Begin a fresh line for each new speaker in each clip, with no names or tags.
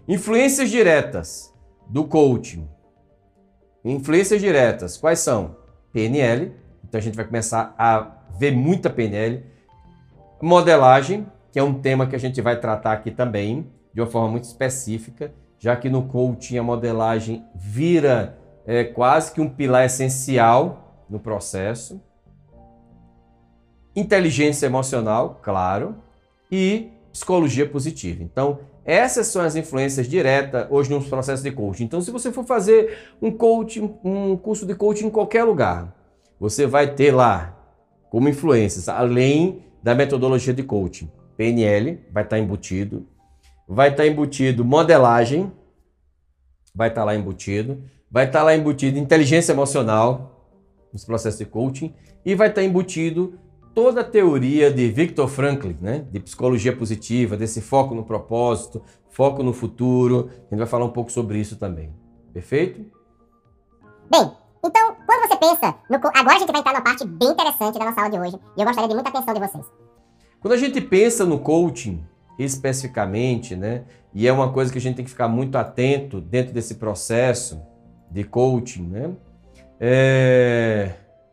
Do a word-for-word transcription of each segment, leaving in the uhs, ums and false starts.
Influências diretas do coaching. Influências diretas, quais são? P N L, então a gente vai começar a ver muita P N L. Modelagem, que é um tema que a gente vai tratar aqui também, de uma forma muito específica, já que no coaching a modelagem vira é, quase que um pilar essencial no processo. Inteligência emocional, claro, e psicologia positiva. Então, essas são as influências diretas hoje nos processos de coaching. Então, se você for fazer um coaching, um curso de coaching em qualquer lugar, você vai ter lá como influências, além da metodologia de coaching, P N L vai estar embutido, vai estar embutido modelagem, vai estar lá embutido, vai estar lá embutido inteligência emocional nos processos de coaching e vai estar embutido toda a teoria de Viktor Frankl, né, de psicologia positiva, desse foco no propósito, foco no futuro. A gente vai falar um pouco sobre isso também. Perfeito?
Bem, então, quando você pensa no... Agora a gente vai entrar numa parte bem interessante da nossa aula de hoje e eu gostaria de muita atenção de vocês.
Quando a gente pensa no coaching, especificamente, né, e é uma coisa que a gente tem que ficar muito atento dentro desse processo de coaching, né, é...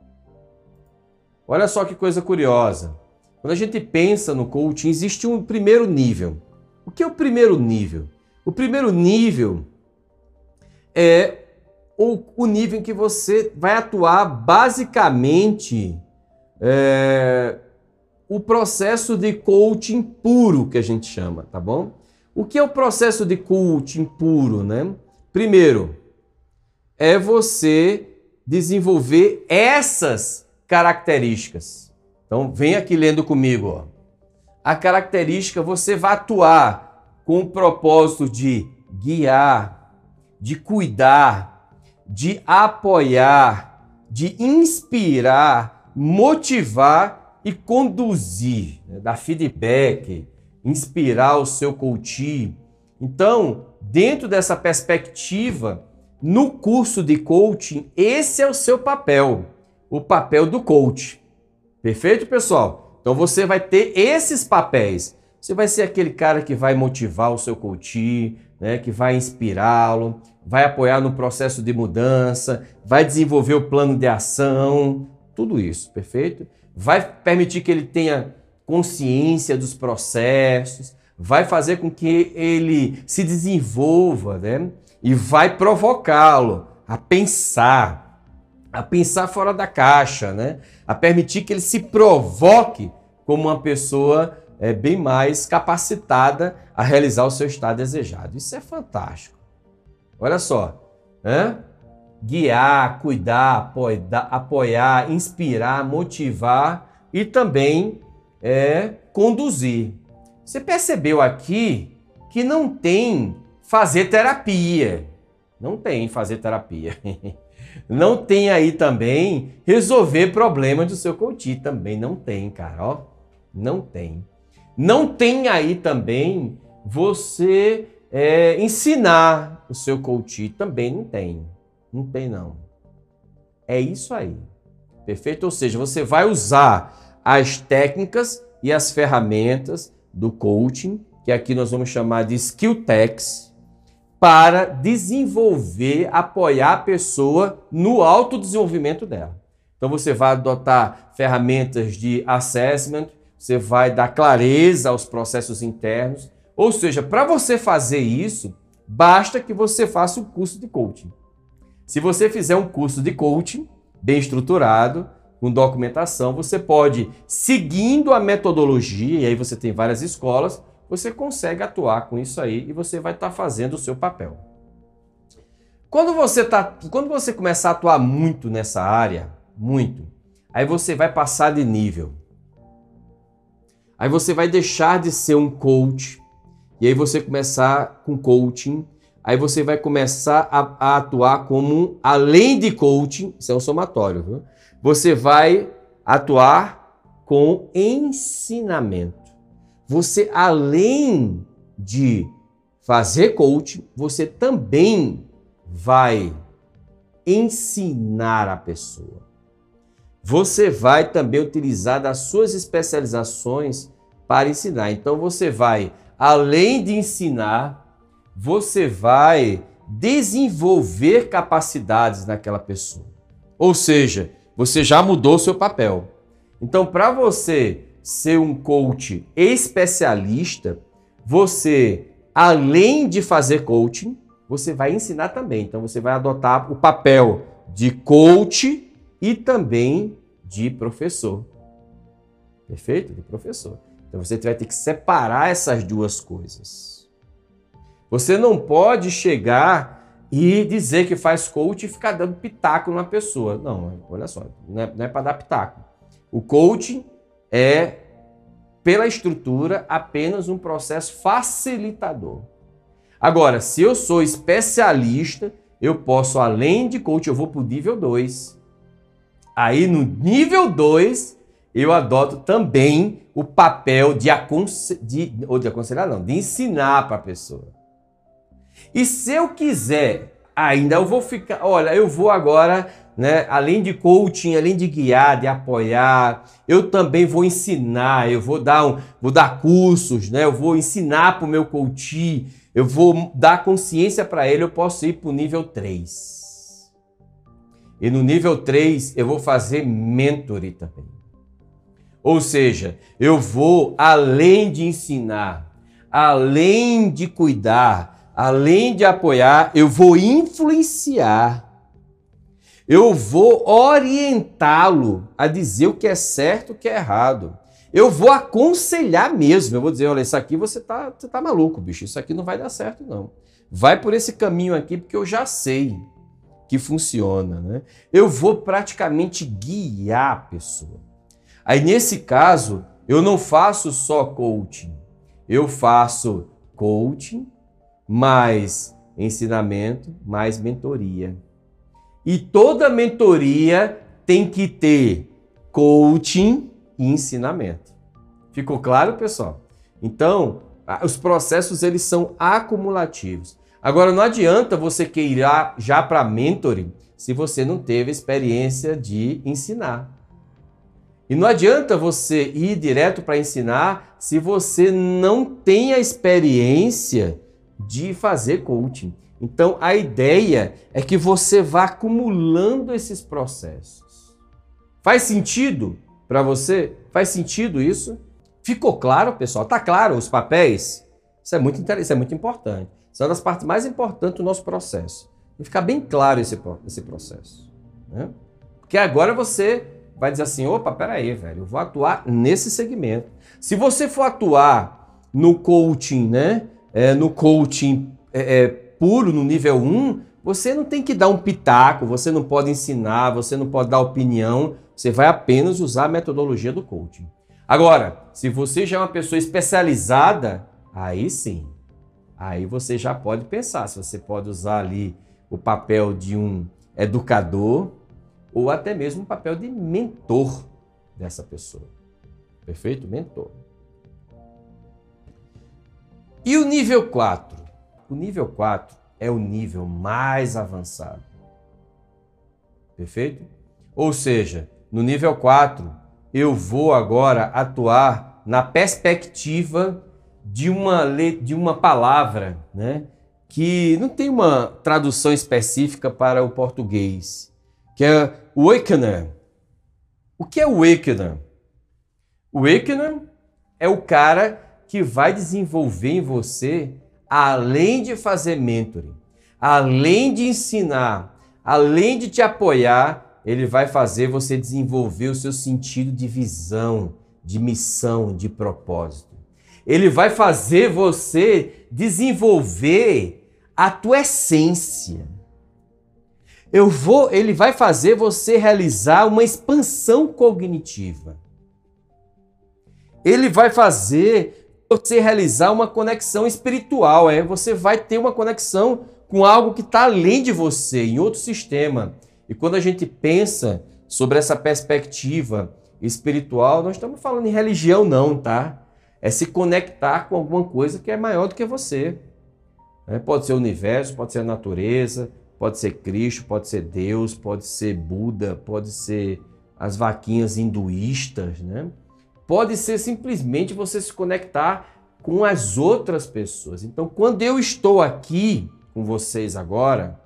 Olha só que coisa curiosa. Quando a gente pensa no coaching, existe um primeiro nível. O que é o primeiro nível? O primeiro nível é o, o nível em que você vai atuar basicamente é, o processo de coaching puro, que a gente chama, tá bom? O que é o processo de coaching puro, né? Primeiro, é você desenvolver essas características. Então, vem aqui lendo comigo. Ó. A característica, você vai atuar com o propósito de guiar, de cuidar, de apoiar, de inspirar, motivar e conduzir, né? Dar feedback, inspirar o seu coach. Então, dentro dessa perspectiva, no curso de coaching, esse é o seu papel. O papel do coach. Perfeito, pessoal? Então você vai ter esses papéis. Você vai ser aquele cara que vai motivar o seu coach, né, que vai inspirá-lo, vai apoiar no processo de mudança, vai desenvolver o plano de ação, tudo isso, perfeito? Vai permitir que ele tenha consciência dos processos, vai fazer com que ele se desenvolva, né, e vai provocá-lo a pensar, a pensar fora da caixa, né? A permitir que ele se provoque como uma pessoa é, bem mais capacitada a realizar o seu estado desejado. Isso é fantástico. Olha só, né? Guiar, cuidar, apoiar, apoiar, inspirar, motivar e também é, conduzir. Você percebeu aqui que não tem fazer terapia. Não tem fazer terapia. Não tem aí também resolver problemas do seu coach. Também não tem, cara. Ó, não tem. Não tem aí também você é, ensinar o seu coach. Também não tem. Não tem, não. É isso aí. Perfeito? Ou seja, você vai usar as técnicas e as ferramentas do coaching, que aqui nós vamos chamar de skill techs, para desenvolver, apoiar a pessoa no autodesenvolvimento dela. Então você vai adotar ferramentas de assessment, você vai dar clareza aos processos internos, ou seja, para você fazer isso, basta que você faça um curso de coaching. Se você fizer um curso de coaching bem estruturado, com documentação, você pode, seguindo a metodologia, e aí você tem várias escolas, você consegue atuar com isso aí e você vai estar fazendo o seu papel. Quando você, tá, quando você começar a atuar muito nessa área, muito, aí você vai passar de nível. Aí você vai deixar de ser um coach, e aí você começar com coaching, aí você vai começar a, a atuar como, além de coaching, isso é um somatório, viu? Você vai atuar com ensinamento. Você, além de fazer coaching, você também vai ensinar a pessoa. Você vai também utilizar das suas especializações para ensinar. Então você vai, além de ensinar, você vai desenvolver capacidades naquela pessoa. Ou seja, você já mudou seu papel. Então, para você ser um coach especialista, você, além de fazer coaching, você vai ensinar também. Então, você vai adotar o papel de coach e também de professor. Perfeito? De professor. Então, você vai ter que separar essas duas coisas. Você não pode chegar e dizer que faz coach e ficar dando pitaco numa pessoa. Não, olha só, não é, não é para dar pitaco. O coaching é, pela estrutura, apenas um processo facilitador. Agora, se eu sou especialista, eu posso, além de coach, eu vou para o nível dois. Aí, no nível dois, eu adoto também o papel de, aconse de, ou de aconselhar, não, de ensinar para a pessoa. E se eu quiser, ainda eu vou ficar, olha, eu vou agora, né, além de coaching, além de guiar, de apoiar, eu também vou ensinar, eu vou dar, um, vou dar cursos, né, eu vou ensinar para o meu coach, eu vou dar consciência para ele, eu posso ir para o nível três. E no nível três eu vou fazer mentoring também. Ou seja, eu vou, além de ensinar, além de cuidar, além de apoiar, eu vou influenciar. Eu vou orientá-lo a dizer o que é certo e o que é errado. Eu vou aconselhar mesmo. Eu vou dizer, olha, isso aqui você tá, você tá maluco, bicho. Isso aqui não vai dar certo, não. Vai por esse caminho aqui porque eu já sei que funciona, né? Eu vou praticamente guiar a pessoa. Aí, nesse caso, eu não faço só coaching. Eu faço coaching, mais ensinamento, mais mentoria. E toda mentoria tem que ter coaching e ensinamento. Ficou claro, pessoal? Então, os processos eles são acumulativos. Agora, não adianta você querer já para mentoring se você não teve experiência de ensinar. E não adianta você ir direto para ensinar se você não tem a experiência de fazer coaching. Então, a ideia é que você vá acumulando esses processos. Faz sentido para você? Faz sentido isso? Ficou claro, pessoal? Tá claro os papéis? Isso é muito interessante, isso é muito importante. Isso é uma das partes mais importantes do nosso processo. Tem que ficar bem claro esse, esse processo, né? Porque agora você vai dizer assim, opa, peraí, velho, eu vou atuar nesse segmento. Se você for atuar no coaching, né, é, no coaching é, é, puro, no nível um, você não tem que dar um pitaco, você não pode ensinar, você não pode dar opinião, você vai apenas usar a metodologia do coaching. Agora, se você já é uma pessoa especializada, aí sim, aí você já pode pensar se você pode usar ali o papel de um educador, ou até mesmo um papel de mentor dessa pessoa. Perfeito? Mentor. E o nível quatro? O nível quatro é o nível mais avançado. Perfeito? Ou seja, no nível quatro, eu vou agora atuar na perspectiva de uma, de uma palavra, né, que não tem uma tradução específica para o português, que é o Awakener. O que é o Awakener? O Awakener é o cara que vai desenvolver em você, além de fazer mentoring, além de ensinar, além de te apoiar, ele vai fazer você desenvolver o seu sentido de visão, de missão, de propósito. Ele vai fazer você desenvolver a tua essência. Eu vou, ele vai fazer você realizar uma expansão cognitiva. Ele vai fazer você realizar uma conexão espiritual. É? Você vai ter uma conexão com algo que está além de você, em outro sistema. E quando a gente pensa sobre essa perspectiva espiritual, nós estamos falando em religião não, tá? É se conectar com alguma coisa que é maior do que você. É, pode ser o universo, pode ser a natureza, pode ser Cristo, pode ser Deus, pode ser Buda, pode ser as vaquinhas hinduístas, né? Pode ser simplesmente você se conectar com as outras pessoas. Então, quando eu estou aqui com vocês agora,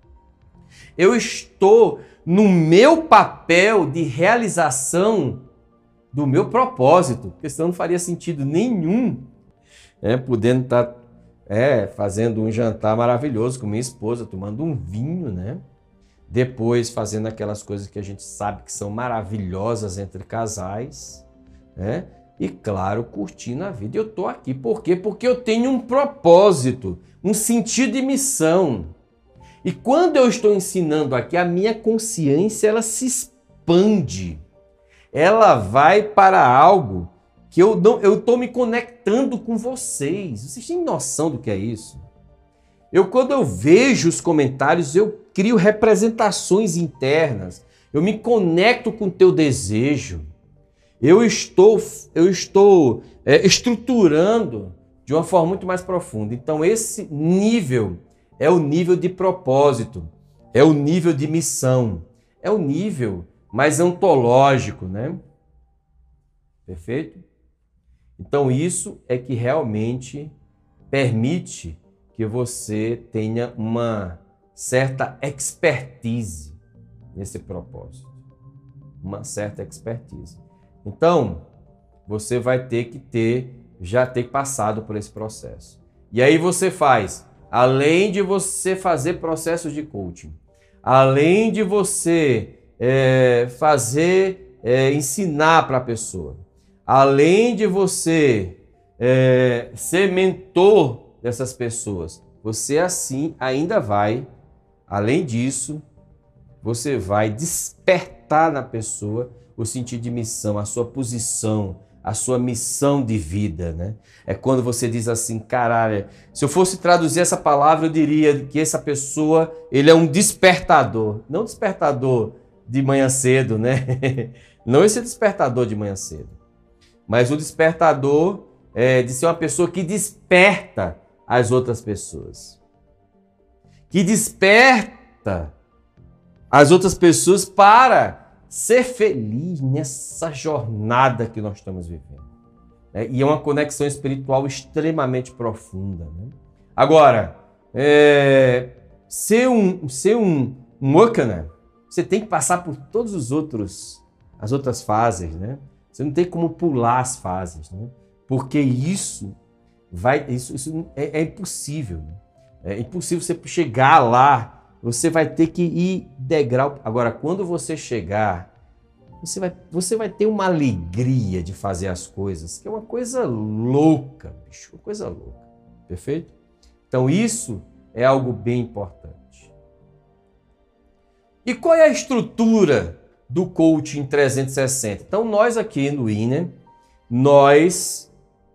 eu estou no meu papel de realização do meu propósito, porque senão não faria sentido nenhum, né, podendo estar é, fazendo um jantar maravilhoso com minha esposa, tomando um vinho, né? Depois fazendo aquelas coisas que a gente sabe que são maravilhosas entre casais, né? E claro, curtindo a vida. Eu estou aqui, por quê? Porque eu tenho um propósito, um sentido de missão. E quando eu estou ensinando aqui, a minha consciência ela se expande. Ela vai para algo que eu não, eu estou me conectando com vocês. Vocês têm noção do que é isso? Eu, quando eu vejo os comentários, eu crio representações internas. Eu me conecto com o teu desejo. Eu estou, eu estou é, estruturando de uma forma muito mais profunda. Então, esse nível é o nível de propósito, é o nível de missão, é o nível mais ontológico, né? Perfeito? Então, isso é que realmente permite que você tenha uma certa expertise nesse propósito. Uma certa expertise. Então, você vai ter que ter, já ter passado por esse processo. E aí você faz, além de você fazer processos de coaching, além de você é, fazer, é, ensinar para a pessoa, além de você é, ser mentor dessas pessoas, você assim ainda vai, além disso, você vai despertar na pessoa o sentido de missão, a sua posição, a sua missão de vida, né? É quando você diz assim, caralho, se eu fosse traduzir essa palavra, eu diria que essa pessoa, ele é um despertador. Não despertador de manhã cedo, né? Não esse despertador de manhã cedo. Mas o despertador é de ser uma pessoa que desperta as outras pessoas. Que desperta as outras pessoas para ser feliz nessa jornada que nós estamos vivendo. Né? E é uma conexão espiritual extremamente profunda. Né? Agora, é, ser um, ser um, um Wakana, você tem que passar por todos os outros, as outras fases. Né? Você não tem como pular as fases. Né? Porque isso, vai, isso, isso é, é impossível. Né? É impossível você chegar lá. Você vai ter que ir degrau. Agora, quando você chegar, você vai, você vai ter uma alegria de fazer as coisas, que é uma coisa louca, bicho, uma coisa louca. Perfeito? Então, isso é algo bem importante. E qual é a estrutura do coaching trezentos e sessenta? Então, nós aqui no Winner, nós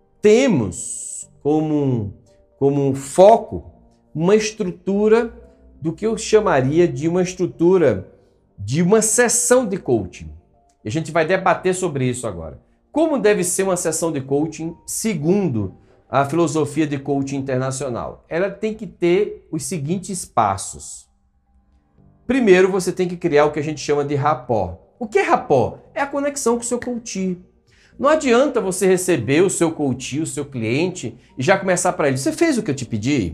temos como, como um foco uma estrutura do que eu chamaria de uma estrutura de uma sessão de coaching. E a gente vai debater sobre isso agora. Como deve ser uma sessão de coaching segundo a filosofia de coaching internacional? Ela tem que ter os seguintes passos. Primeiro, você tem que criar o que a gente chama de rapport. O que é rapport? É a conexão com o seu coach. Não adianta você receber o seu coach, o seu cliente, e já começar para ele, você fez o que eu te pedi?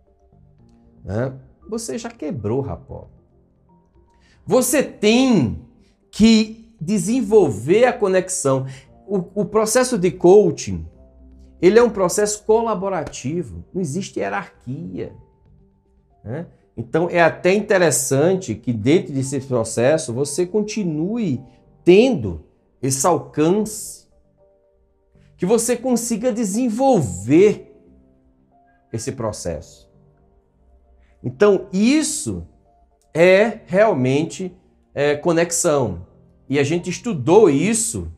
Né? Você já quebrou o rapport. Você tem que desenvolver a conexão. O, o processo de coaching, ele é um processo colaborativo. Não existe hierarquia. Né? Então, é até interessante que dentro desse processo você continue tendo esse alcance, que você consiga desenvolver esse processo. Então, isso é realmente é, conexão. E a gente estudou isso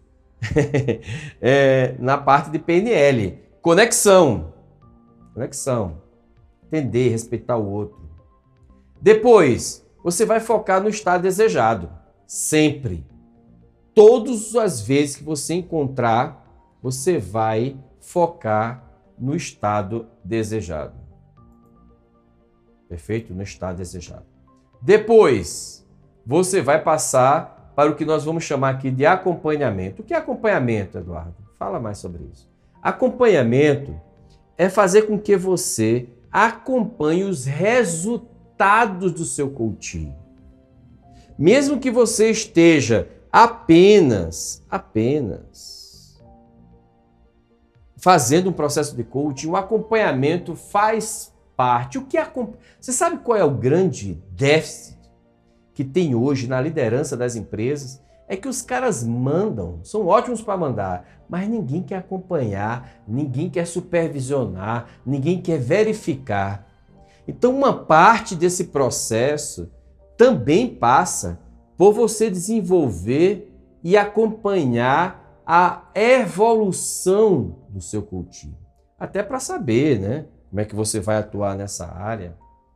é, na parte de P N L. Conexão. Conexão. Entender, respeitar o outro. Depois, você vai focar no estado desejado. Sempre. Todas as vezes que você encontrar, você vai focar no estado desejado. Perfeito? No estado desejado. Depois, você vai passar para o que nós vamos chamar aqui de acompanhamento. O que é acompanhamento, Eduardo? Fala mais sobre isso. Acompanhamento é fazer com que você acompanhe os resultados do seu coaching. Mesmo que você esteja apenas, apenas fazendo um processo de coaching, o acompanhamento faz parte. O que é, você sabe qual é o grande déficit que tem hoje na liderança das empresas? É que os caras mandam, são ótimos para mandar, mas ninguém quer acompanhar, ninguém quer supervisionar, ninguém quer verificar. Então, uma parte desse processo também passa por você desenvolver e acompanhar a evolução do seu coaching. Até para saber, né, como é que você vai atuar nessa área.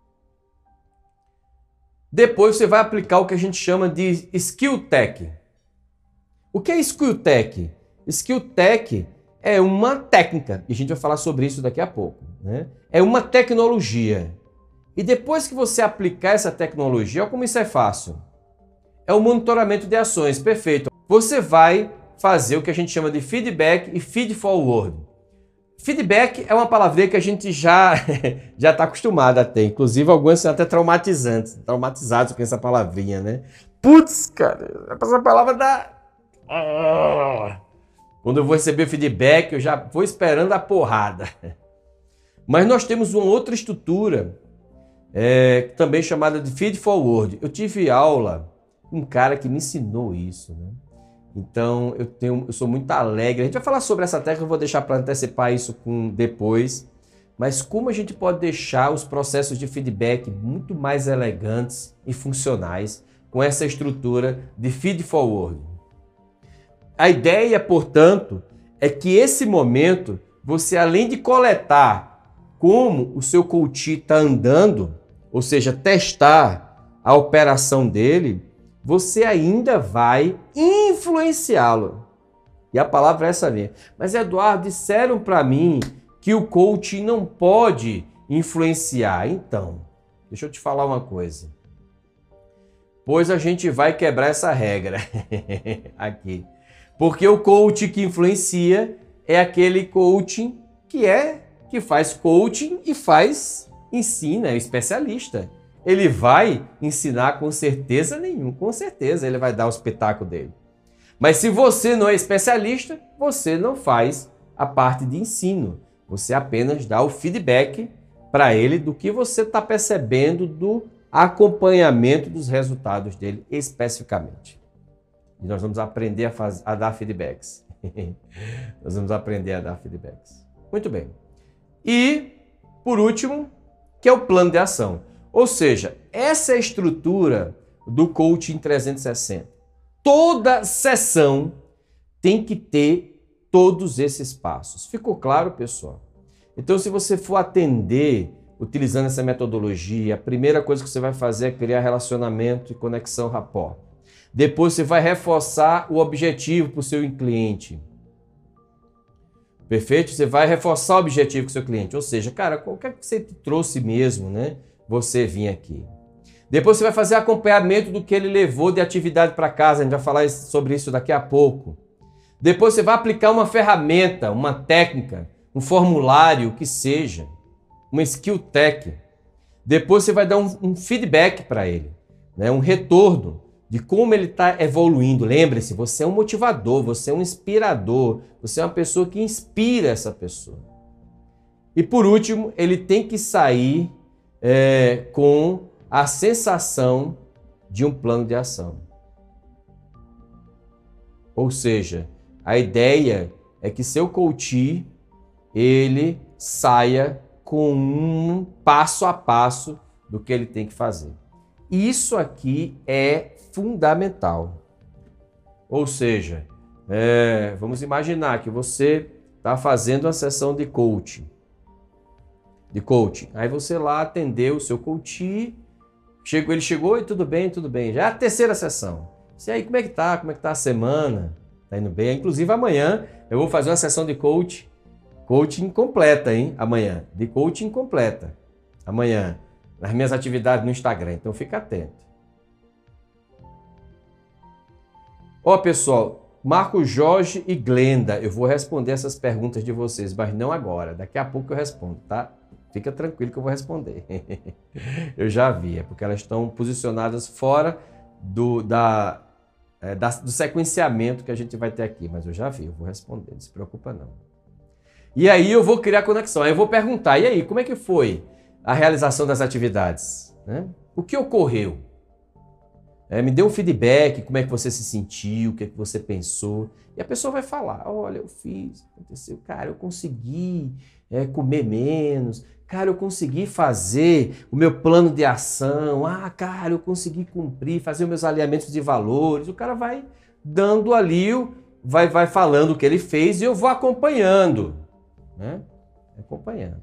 Depois você vai aplicar o que a gente chama de Skill Tech. O que é Skill Tech? Skill Tech é uma técnica, e a gente vai falar sobre isso daqui a pouco, né? É uma tecnologia. E depois que você aplicar essa tecnologia, olha como isso é fácil. É o monitoramento de ações, perfeito. Você vai fazer o que a gente chama de feedback e feed forward. Feedback é uma palavrinha que a gente já já está acostumado a ter. Inclusive, alguns são até traumatizantes, traumatizados com essa palavrinha, né? Putz, cara, essa palavra dá... Quando eu vou receber feedback, eu já vou esperando a porrada. Mas nós temos uma outra estrutura, é, também chamada de feed forward. Eu tive aula com um cara que me ensinou isso, né? Então, eu, tenho, eu sou muito alegre. A gente vai falar sobre essa técnica, eu vou deixar para antecipar isso com depois. Mas como a gente pode deixar os processos de feedback muito mais elegantes e funcionais com essa estrutura de feed forward. A ideia, portanto, é que esse momento, você além de coletar como o seu coaching está andando, ou seja, testar a operação dele, você ainda vai influenciá-lo. E a palavra é essa mesmo. Mas, Eduardo, disseram para mim que o coaching não pode influenciar. Então, deixa eu te falar uma coisa. Pois a gente vai quebrar essa regra aqui. Porque o coaching que influencia é aquele coaching que é que faz coaching e faz ensina, é especialista. Ele vai ensinar com certeza nenhuma, com certeza ele vai dar o espetáculo dele. Mas se você não é especialista, você não faz a parte de ensino. Você apenas dá o feedback para ele do que você está percebendo do acompanhamento dos resultados dele especificamente. E nós vamos aprender a, faz, a dar feedbacks. Nós vamos aprender a dar feedbacks. Muito bem. E, por último, que é o plano de ação. Ou seja, essa é a estrutura do coaching trezentos e sessenta. Toda sessão tem que ter todos esses passos. Ficou claro, pessoal? Então, se você for atender utilizando essa metodologia, a primeira coisa que você vai fazer é criar relacionamento e conexão rapport. Depois você vai reforçar o objetivo para o seu cliente. Perfeito? Você vai reforçar o objetivo com o seu cliente. Ou seja, cara, qual que você trouxe mesmo, né? Você vir aqui. Depois você vai fazer acompanhamento do que ele levou de atividade para casa. A gente vai falar sobre isso daqui a pouco. Depois você vai aplicar uma ferramenta, uma técnica, um formulário, o que seja. Uma skill tech. Depois você vai dar um, um feedback para ele, né? Um retorno de como ele está evoluindo. Lembre-se, você é um motivador, você é um inspirador, você é uma pessoa que inspira essa pessoa. E por último, ele tem que sair é, com a sensação de um plano de ação. Ou seja, a ideia é que seu coach ele saia com um passo a passo do que ele tem que fazer. Isso aqui é fundamental. Ou seja, é, vamos imaginar que você está fazendo uma sessão de coaching. De coaching. Aí você lá atendeu o seu coach, chegou, ele chegou e tudo bem, tudo bem. Já é a terceira sessão. E aí, como é que tá? Como é que tá a semana? Tá indo bem? Inclusive amanhã eu vou fazer uma sessão de coaching, coaching completa, hein? Amanhã. De coaching completa. Amanhã. Nas minhas atividades no Instagram. Então fica atento. Ó, pessoal, Marco Jorge e Glenda, eu vou responder essas perguntas de vocês, mas não agora. Daqui a pouco eu respondo, tá? Fica tranquilo que eu vou responder. Eu já vi, é porque elas estão posicionadas fora do, da, é, da, do sequenciamento que a gente vai ter aqui. Mas eu já vi, eu vou responder, não se preocupa não. E aí eu vou criar conexão, aí eu vou perguntar, e aí, como é que foi a realização das atividades? Né? O que ocorreu? É, me dê um feedback, como é que você se sentiu, o que é que você pensou. E a pessoa vai falar, olha, eu fiz, aconteceu, cara, eu consegui é, comer menos, cara, eu consegui fazer o meu plano de ação, ah, cara, eu consegui cumprir, fazer os meus alinhamentos de valores. O cara vai dando ali, vai, vai falando o que ele fez e eu vou acompanhando, né? Acompanhando.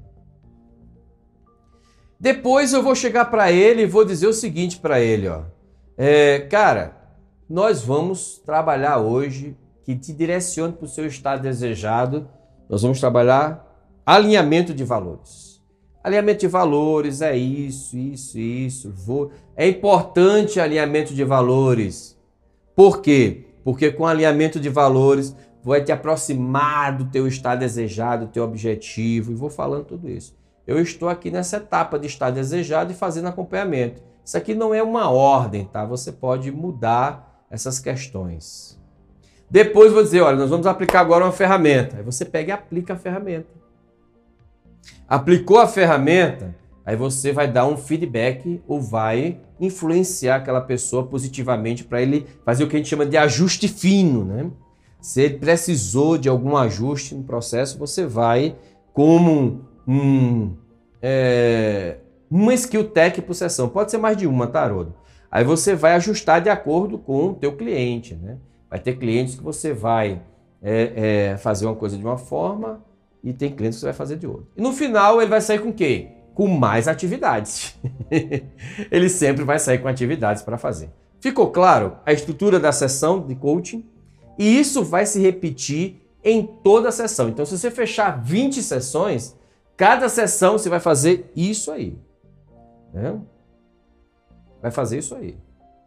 Depois eu vou chegar para ele e vou dizer o seguinte para ele, ó. É, cara, nós vamos trabalhar hoje que te direcione para o seu estado desejado. Nós vamos trabalhar alinhamento de valores. Alinhamento de valores é isso, isso, isso. Vou... É importante alinhamento de valores. Por quê? Porque com alinhamento de valores vai te aproximar do teu estado desejado, do teu objetivo. E vou falando tudo isso. Eu estou aqui nessa etapa de estado desejado e fazendo acompanhamento. Isso aqui não é uma ordem, tá? Você pode mudar essas questões. Depois vou dizer, olha, nós vamos aplicar agora uma ferramenta. Aí você pega e aplica a ferramenta. Aplicou a ferramenta, aí você vai dar um feedback ou vai influenciar aquela pessoa positivamente para ele fazer o que a gente chama de ajuste fino, né? Se ele precisou de algum ajuste no processo, você vai como um... É, uma skill tech por sessão, pode ser mais de uma, tá, Haroldo? Aí você vai ajustar de acordo com o teu cliente, né? Vai ter clientes que você vai é, é, fazer uma coisa de uma forma e tem clientes que você vai fazer de outra. E no final ele vai sair com o quê? Com mais atividades. Ele sempre vai sair com atividades para fazer. Ficou claro a estrutura da sessão de coaching? E isso vai se repetir em toda a sessão. Então, se você fechar vinte sessões, cada sessão você vai fazer isso aí. Né? Vai fazer isso aí.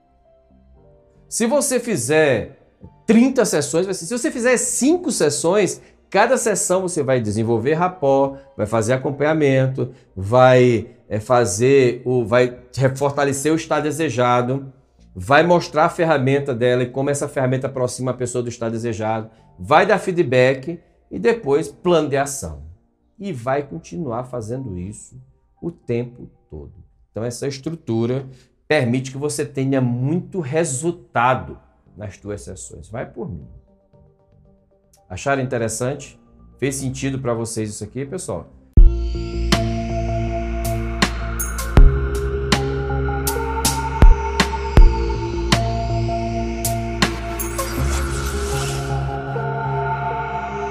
Se você fizer trinta sessões, vai ser, se você fizer cinco sessões, cada sessão você vai desenvolver rapport, vai fazer acompanhamento, vai é, fazer o, vai fortalecer o estado desejado, vai mostrar a ferramenta dela e como essa ferramenta aproxima a pessoa do estado desejado, vai dar feedback e depois plano de ação. E vai continuar fazendo isso o tempo todo. Então essa estrutura permite que você tenha muito resultado nas tuas sessões. Vai por mim. Acharam interessante? Fez sentido para vocês isso aqui, pessoal?